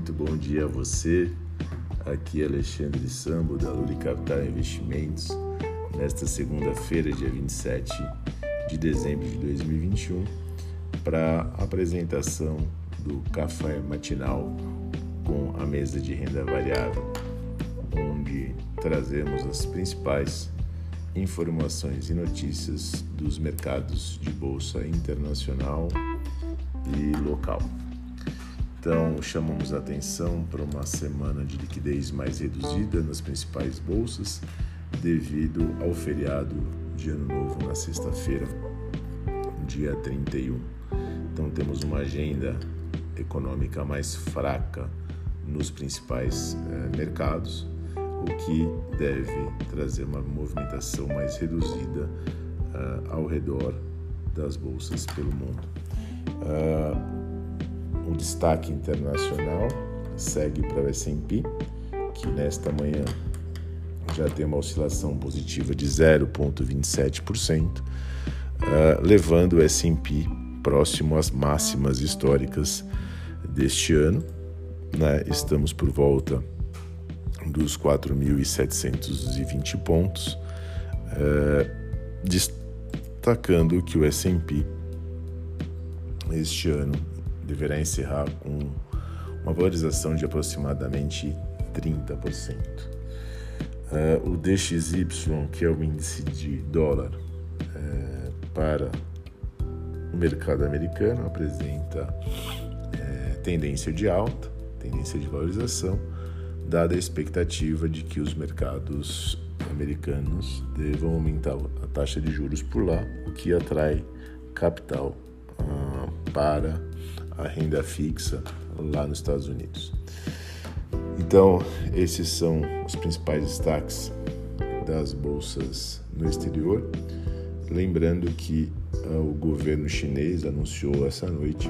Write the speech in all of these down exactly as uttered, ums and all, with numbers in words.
muito bom dia a você. Aqui é Alexandre Sambo, da Luri Capital Investimentos, nesta segunda-feira, dia vinte e sete de dezembro de dois mil e vinte e um, para a apresentação do café matinal com a mesa de renda variável, onde trazemos as principais informações e notícias dos mercados de bolsa internacional e local. Então, chamamos a atenção para uma semana de liquidez mais reduzida nas principais bolsas, devido ao feriado de Ano Novo na sexta-feira, dia trinta e um. Então, temos uma agenda econômica mais fraca nos principais eh, mercados, o que deve trazer uma movimentação mais reduzida uh, ao redor das bolsas pelo mundo. Uh, o destaque internacional segue para o S and P, que nesta manhã já tem uma oscilação positiva de zero vírgula vinte e sete por cento, uh, levando o S and P próximo às máximas históricas deste ano, né? Estamos por volta dos quatro mil setecentos e vinte pontos, eh, destacando que o S and P este ano deverá encerrar com uma valorização de aproximadamente trinta por cento. Eh, o D X Y, que é o índice de dólar eh, para o mercado americano, apresenta eh, tendência de alta, tendência de valorização, dada a expectativa de que os mercados americanos devam aumentar a taxa de juros por lá, o que atrai capital ah, para a renda fixa lá nos Estados Unidos. Então, esses são os principais destaques das bolsas no exterior. Lembrando que ah, o governo chinês anunciou essa noite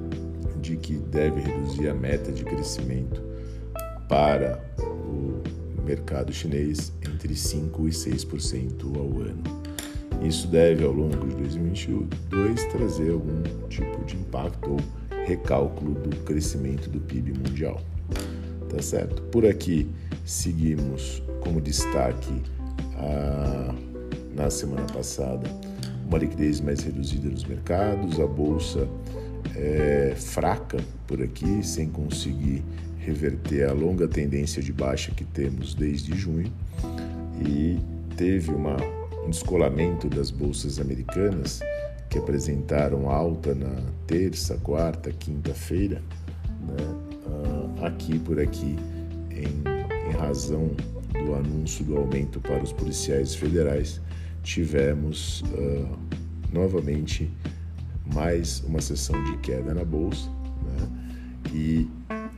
de que deve reduzir a meta de crescimento para o mercado chinês entre cinco por cento e seis por cento ao ano. Isso deve, ao longo de dois mil e vinte e dois, trazer algum tipo de impacto ou recálculo do crescimento do P I B mundial. Tá certo? Por aqui, seguimos como destaque a, na semana passada uma liquidez mais reduzida nos mercados, a bolsa é fraca por aqui, sem conseguir reverter a longa tendência de baixa que temos desde junho, e teve uma, um descolamento das bolsas americanas que apresentaram alta na terça, quarta, quinta-feira, né? uh, aqui por aqui em, em razão do anúncio do aumento para os policiais federais, tivemos uh, novamente mais uma sessão de queda na bolsa, né? e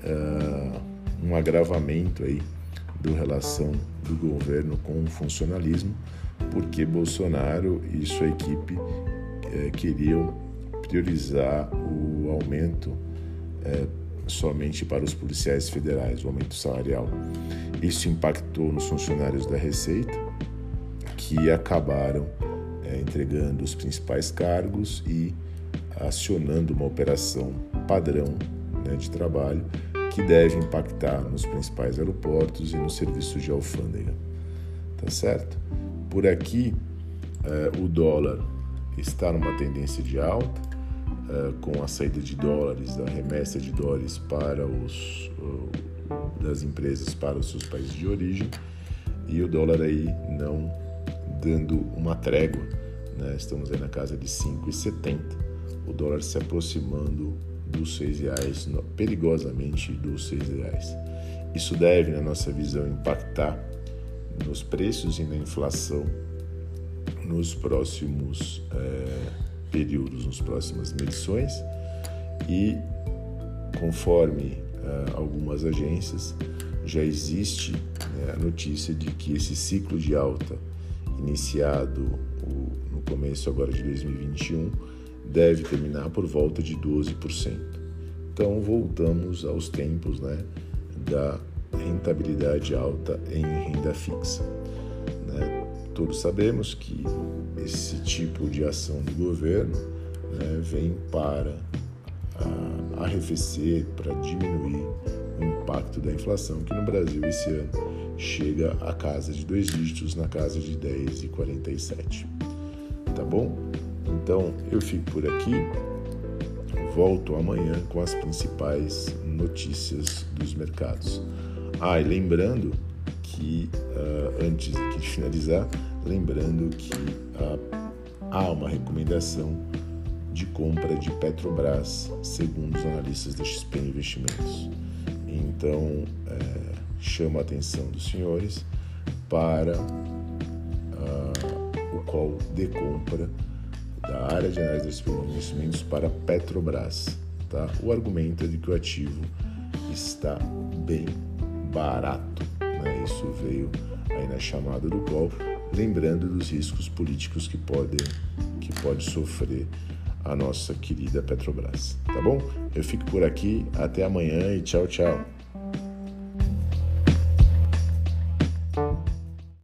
Uh, um agravamento aí da relação do governo com o funcionalismo, porque Bolsonaro e sua equipe eh, queriam priorizar o aumento eh, somente para os policiais federais, o aumento salarial. Isso impactou nos funcionários da Receita, que acabaram eh, entregando os principais cargos e acionando uma operação padrão, né, de trabalho, que deve impactar nos principais aeroportos e nos serviços de alfândega. Tá certo? Por aqui, eh, o dólar está numa tendência de alta, eh, com a saída de dólares, a remessa de dólares para os, uh, das empresas para os seus países de origem, e o dólar aí não dando uma trégua, né? Estamos aí na casa de cinco reais e setenta centavos, o dólar se aproximando dos seis reais, perigosamente dos seis reais. Isso deve, na nossa visão, impactar nos preços e na inflação nos próximos é, períodos, nas próximas medições, e conforme é, algumas agências, já existe, né, a notícia de que esse ciclo de alta iniciado o, no começo agora de dois mil e vinte e um deve terminar por volta de doze por cento. Então, voltamos aos tempos, né, da rentabilidade alta em renda fixa, né? Todos sabemos que esse tipo de ação do governo, né, vem para a, arrefecer, para diminuir o impacto da inflação, que no Brasil esse ano chega a casa de dois dígitos, na casa de dez vírgula quarenta e sete. Tá bom? Então eu fico por aqui, volto amanhã com as principais notícias dos mercados. Ah, e lembrando que, uh, antes aqui de finalizar, lembrando que uh, há uma recomendação de compra de Petrobras, segundo os analistas da X P Investimentos. Então, é, chamo a atenção dos senhores para uh, o call de compra da área de análise da X P Investimentos para Petrobras. Tá? O argumento é de que o ativo está bem barato. Né? Isso veio aí na chamada do call, lembrando dos riscos políticos que podem que pode sofrer a nossa querida Petrobras, tá bom? Eu fico por aqui, até amanhã e tchau, tchau.